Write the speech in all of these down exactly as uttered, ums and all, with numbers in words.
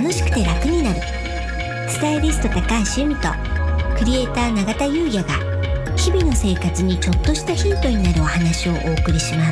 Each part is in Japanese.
楽しくて楽になる。スタイリスト高橋由美とクリエイター永田優也が日々の生活にちょっとしたヒントになるお話をお送りします。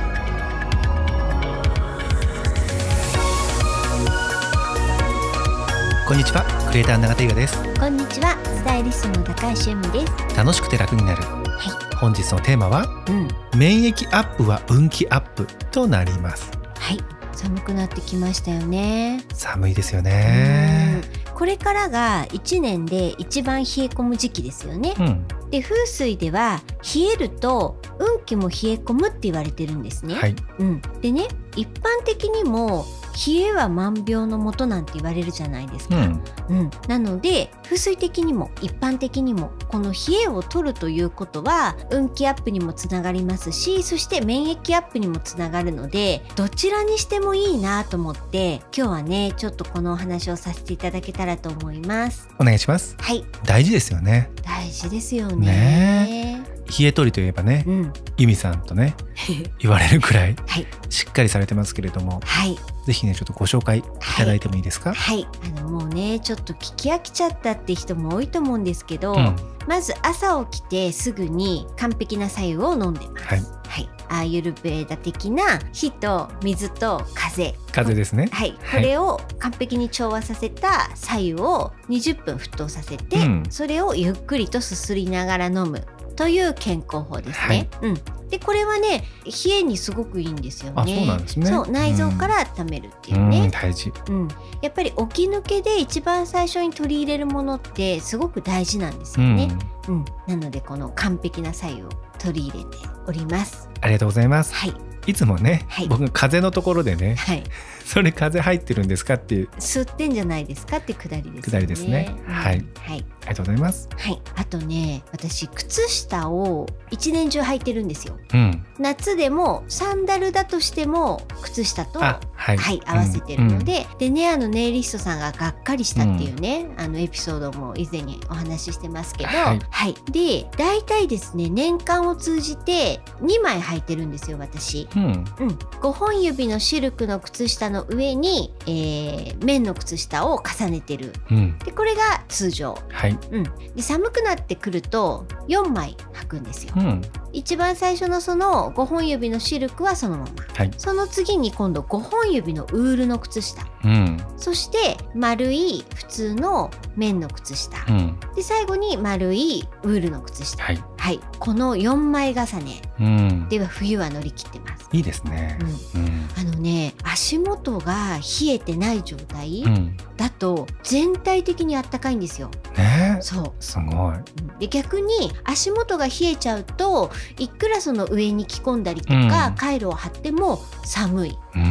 こんにちは、クリエイター永田優也です。 こんにちは、スタイリストの高橋由美です。 楽しくて楽になる、 はい、 本日のテーマは、うん、免疫アップは運気アップとなります。 はい、寒くなってきましたよね。 寒いですよね。 これからがいちねんで一番冷え込む時期ですよね、うん、で風水では冷えると運気も冷え込むって言われてるんですね、はいうん、でね、一般的にも冷えは万病のもとなんて言われるじゃないですか、うんうん、なので風水的にも一般的にもこの冷えを取るということは運気アップにもつながりますし、そして免疫アップにもつながるので、どちらにしてもいいなと思って今日はねちょっとこのお話をさせていただけたらと思います。 お願いします。 はい、 大事ですよね。 大事ですよ ね, ね冷え取りといえばね、うん、由美さんとね言われるくらいしっかりされてますけれども、はい、ぜひねちょっとご紹介いただいてもいいですか。 はい、はい、あのもうねちょっと聞き飽きちゃったって人も多いと思うんですけど、うん、まず朝起きてすぐに完璧な白湯を飲んでます、はいはい、アーユルベーダ的な火と水と風風ですね、 はい、これを完璧に調和させた白湯をにじゅっぷん沸騰させて、うん、それをゆっくりとすすりながら飲むという健康法ですね、はいうん、でこれはね冷えにすごくいいんですよね。 あ、そうなんですね。 そう、内臓から温めるっていうね、 うん、大事、 うん、やっぱり起き抜けで一番最初に取り入れるものってすごく大事なんですよね、うんうん、なのでこの完璧な白湯を取り入れております。 ありがとうございます、 はい、 いつもね、はい、僕風のところでね、はい、それ風入ってるんですかっていう吸ってんじゃないですかってくだりですね。 くだりですね、うん、はい、はい、ありがとうございます、 はい、あとね私靴下を一年中履いてるんですよ、うん、夏でもサンダルだとしても靴下とはい、はい、合わせてるので、うん、でねあのネイリストさんががっかりしたっていうね、うん、あのエピソードも以前にお話ししてますけど、はい、はい、で大体ですね年間を通じてにまい履いてるんですよ私、うんうん、ごほん指のシルクの靴下の上に、えー、綿の靴下を重ねてる、うん、でこれが通常、はいうん、で寒くなってくるとよんまい履くんですよ、うん、一番最初のそのごほん指のシルクはそのまま、はい、その次に今度ごほん指のウールの靴下、うん、そして丸い普通の綿の靴下、うん、で最後に丸いウールの靴下、はいはい、このよんまい重ね、うん、では冬は乗り切ってます。 いいですね、 うんうん、あのね足元が冷えてない状態だと全体的にあったかいんですよ、 ね、 そうすごい。 で逆に足元が冷えちゃうといくらその上に着込んだりとか、うん、カイロを貼っても寒い、うんうん、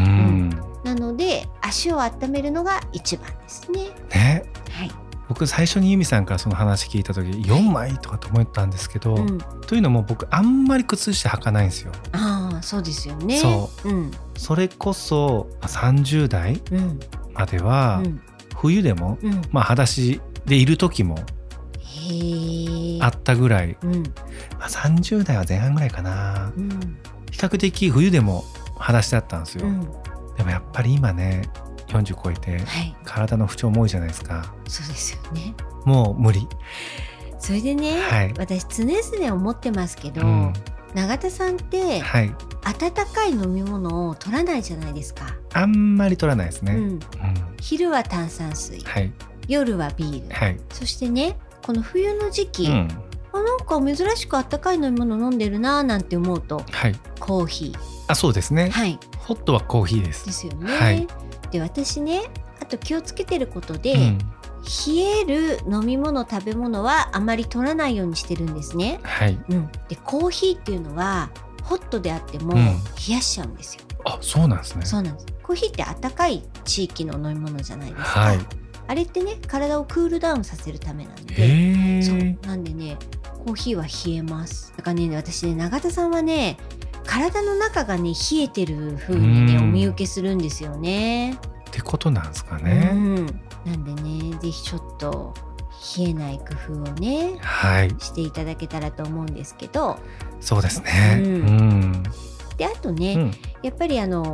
なので足を温めるのが一番ですね。 ね、 はい、 僕最初に由美さんからその話聞いた時よんまいとかと思ったんですけど、うん、というのも僕あんまり靴下履かないんですよ。 ああそうですよね。 そう、うん、それこそさんじゅう代までは、うん、冬でも、うんまあ、裸足でいる時もあったぐらい、うんまあ、さんじゅう代は前半ぐらいかな、うん、比較的冬でも裸足だったんですよ、うん、でもやっぱり今ねよんじゅう超えて、はい、体の不調も多いじゃないですか。 そうですよね。 もう無理。 それでね、はい、私常々思ってますけど、うん、永田さんって、はい、温かい飲み物を取らないじゃないですか。 あんまり取らないですね、うんうん、 昼は炭酸水、はい、夜はビール、はい、そしてねこの冬の時期、うん、あなんか珍しく温かい飲み物飲んでるななんて思うと、はい、コーヒー。 あそうですね、はい、ホットはコーヒーですですよね、はい、で私ねあと気をつけてることで、うん、冷える飲み物食べ物はあまり取らないようにしてるんですね、はいうん、でコーヒーっていうのはホットであっても冷やしちゃうんですよ、 うん、あそうなんですね。 そうなんです。コーヒーって温かい地域の飲み物じゃないですか、はい、あれってね体をクールダウンさせるためなんで、そうなんでねコーヒーは冷えます。だからね私ね永田さんはね体の中がね冷えてる風にねお見受けするんですよね。 ってことなんですかね、うん、 なんでねぜひちょっと冷えない工夫をね、 はい、 していただけたらと思うんですけど。 そうですね、うんうん、 であとね、うん、やっぱりあの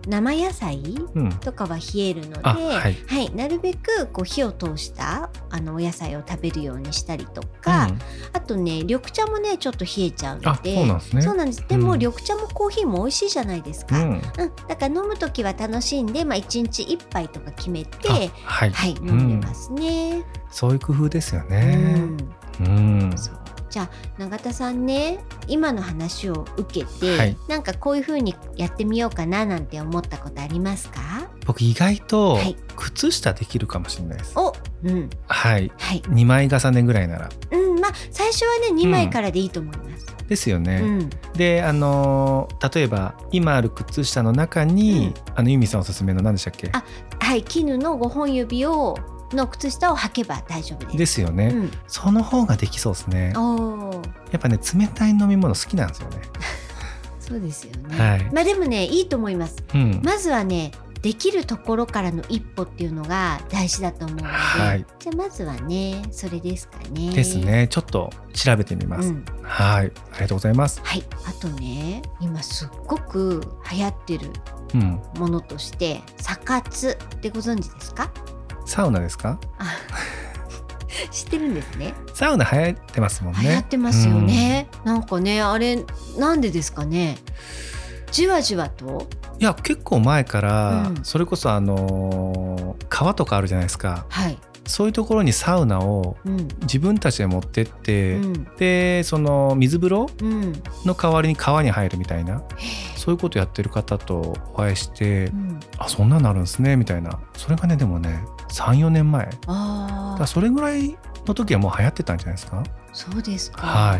生野菜とかは冷えるので、うんはいはい、なるべくこう火を通したあのお野菜を食べるようにしたりとか、うん、あとね緑茶もねちょっと冷えちゃうので、 そうなんですね。 そうなんです。でも、うん、緑茶もコーヒーも美味しいじゃないですか、うんうん、だから飲むときは楽しんで、まあ、いちにちいっぱいとか決めて、はいはい、飲んでますね、うん、 そういう工夫ですよね、うんうん、 そうじゃあ永田さんね今の話を受けて、はい、なんかこういう風にやってみようかななんて思ったことありますか？ 僕意外と靴下できるかもしれないです、 はい、お、うん、 はい、はい、にまい重ねぐらいなら、 うんまあ、最初はねにまいからでいいと思います、 うん、ですよね、うん、であの例えば今ある靴下の中に、うん、あのユミさんおすすめの何でしたっけ？あ、 はい、絹のごほん指をの靴下を履けば大丈夫です。 ですよね、うん、その方ができそうですね。おやっぱね冷たい飲み物好きなんですよねそうですよね、 はい、 まあでもねいいと思います、うん、まずはねできるところからの一歩っていうのが大事だと思うので、はい、じゃあまずはねそれですかね。 ですね。ちょっと調べてみます、うん、はいありがとうございます。 はい、あとね今すっごく流行ってるものとして、うん、サ活ってご存知ですか？ サウナですか？ 知ってるんですね。 サウナ流行ってますもんね。 流行ってますよね、うん、なんかねあれなんでですかね。じわじわといや結構前から、うん、それこそあのー、川とかあるじゃないですか、はい、そういうところにサウナを自分たちで持ってって、うん、でその水風呂の代わりに川に入るみたいな、うん、そういうことやってる方とお会いして、うん、あそんなのあるんですねみたいな。それがねでもね さん,よ 年前あだそれぐらいの時はもう流行ってたんじゃないですか。 そうですか、 はい、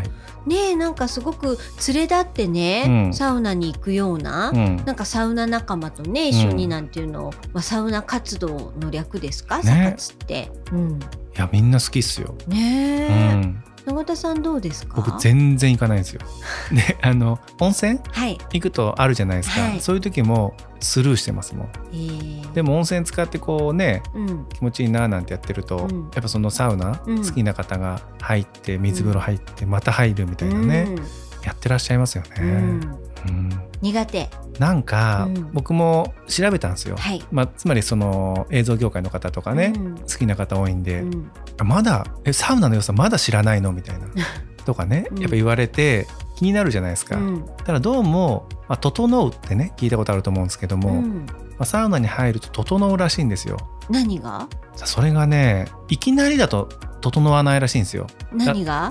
ねえなんかすごく連れ立ってね、うん、サウナに行くような、うん、なんかサウナ仲間とね一緒になんていうのを、うんまあ、サウナ活動の略ですか、ね、サ活って、うん、いやみんな好きっすよねえ、うん永田さんどうですか？ 僕全然行かないんですよであの温泉、はい、行くとあるじゃないですか、はい、そういう時もスルーしてますもん、えー、でも温泉使ってこうね、うん、気持ちいいななんてやってると、うん、やっぱそのサウナ、うん、好きな方が入って水風呂入ってまた入るみたいなね、うん、やってらっしゃいますよね、うんうん、 苦手なんか、うん、僕も調べたんですよ、はいまあ、つまりその映像業界の方とかね、うん、好きな方多いんで、うん、まだえサウナの良さまだ知らないのみたいなとかね、うん、やっぱ言われて気になるじゃないですか、うん、ただどうも、まあ、整うってね聞いたことあると思うんですけども、うんまあ、サウナに入ると整うらしいんですよ。 何が？ それがねいきなりだと整わないらしいんですよ。 何が？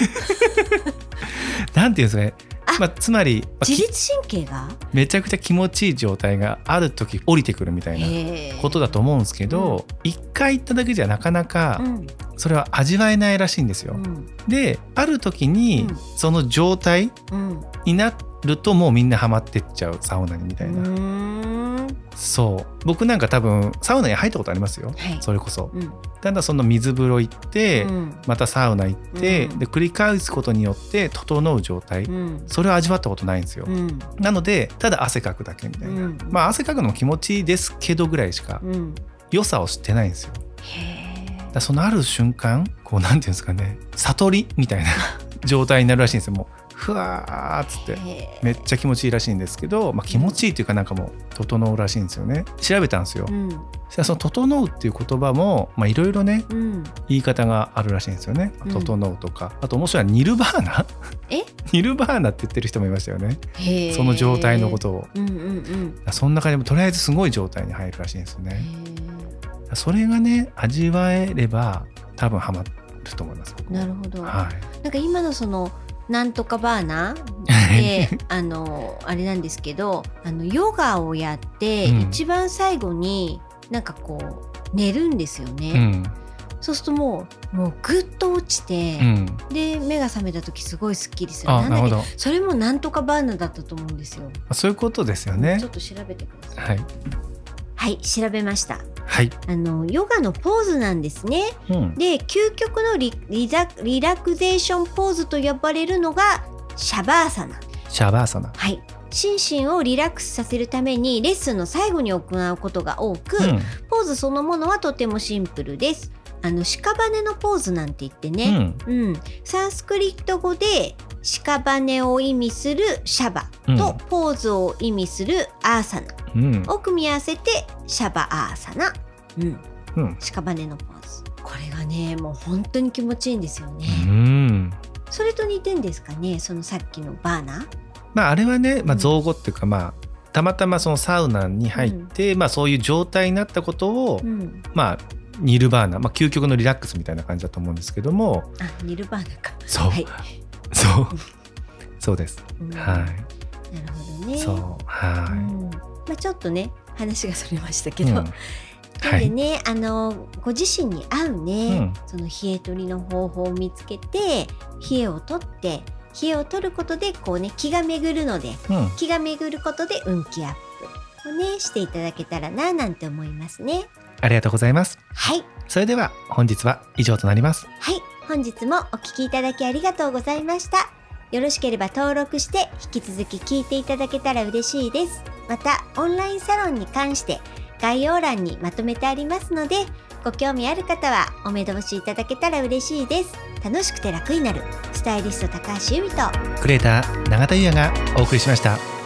なんていうんですかねまあ、つまり、まあ、 自律神経がめちゃくちゃ気持ちいい状態がある時降りてくるみたいなことだと思うんですけど、一、うん、回行っただけじゃなかなかそれは味わえないらしいんですよ、うん、である時にその状態になるともうみんなハマってっちゃうサウナにみたいな、うん、そう僕なんか多分サウナに入ったことありますよ、はい、それこそ、うん、ただその水風呂行って、うん、またサウナ行って、うん、で繰り返すことによって整う状態、うん、それを味わったことないんですよ、うん、なのでただ汗かくだけみたいな、うん、まあ汗かくのも気持ちいいですけどぐらいしか良さを知ってないんですよ。へだそのある瞬間こうなんていうんですかね悟りみたいな状態になるらしいんですよ。もうふわーっつってめっちゃ気持ちいいらしいんですけど、まあ、気持ちいいというかなんかもう整うらしいんですよね。調べたんですよ、うん、その整うっていう言葉もいろいろね、うん、言い方があるらしいんですよね。整うとか、うん、あと面白いのはニルバーナえニルバーナって言ってる人もいましたよね。へその状態のことを、うんうんうん、その中でもとりあえずすごい状態に入るらしいんですよね。へそれがね味わえれば多分ハマると思います。 なるほど、はい、なんか今のそのなんとかバーナーであのあれなんですけどあのヨガをやって、うん、一番最後になんかこう寝るんですよね、うん、そうするともうもうぐっと落ちて、うん、で目が覚めた時すごいスッキリする。なんだっけそれもなんとかバーナーだったと思うんですよ。 そういうことですよね。 ちょっと調べてください。はい、はい、調べました。 はい、 あのヨガのポーズなんですね、うん、で究極の リ, リ, ザリラクゼーションポーズと呼ばれるのがシャバーサナ。 シャバーサナ、 はい、 心身をリラックスさせるためにレッスンの最後に行うことが多く、うん、ポーズそのものはとてもシンプルです。あの屍のポーズなんて言ってね、うんうん、サンスクリット語で屍を意味するシャバとポーズを意味するアーサナを組み合わせてシャバアーサナ、うんうん、屍のポーズ、これがねもう本当に気持ちいいんですよね、うん、それと似てんですかね、そのさっきのバーナー。 まあ、あれはね、まあ、造語っていうか、まあ、たまたまそのサウナに入って、うんまあ、そういう状態になったことを、うんまあ、ニルバーナ、まあ、究極のリラックスみたいな感じだと思うんですけども。 あ、ニルバーナか。 そう、はい、そうそうです、うん、はい。なるほどね。 そうはい、 うんまあ、ちょっとね話がそれましたけど、うん、でね、はい、あのご自身に合うね、うん、その冷え取りの方法を見つけて冷えを取って冷えを取ることでこうね気が巡るので、うん、気が巡ることで運気アップをねしていただけたらななんて思いますね。 ありがとうございます。 はい。 それでは本日は以上となります。 はい。本日もお聞きいただきありがとうございました。よろしければ登録して引き続き聞いていただけたら嬉しいです。またオンラインサロンに関して概要欄にまとめてありますので、ご興味ある方はお目通しいただけたら嬉しいです。楽しくて楽になるスタイリスト高橋由美とクリエイター永田優也がお送りしました。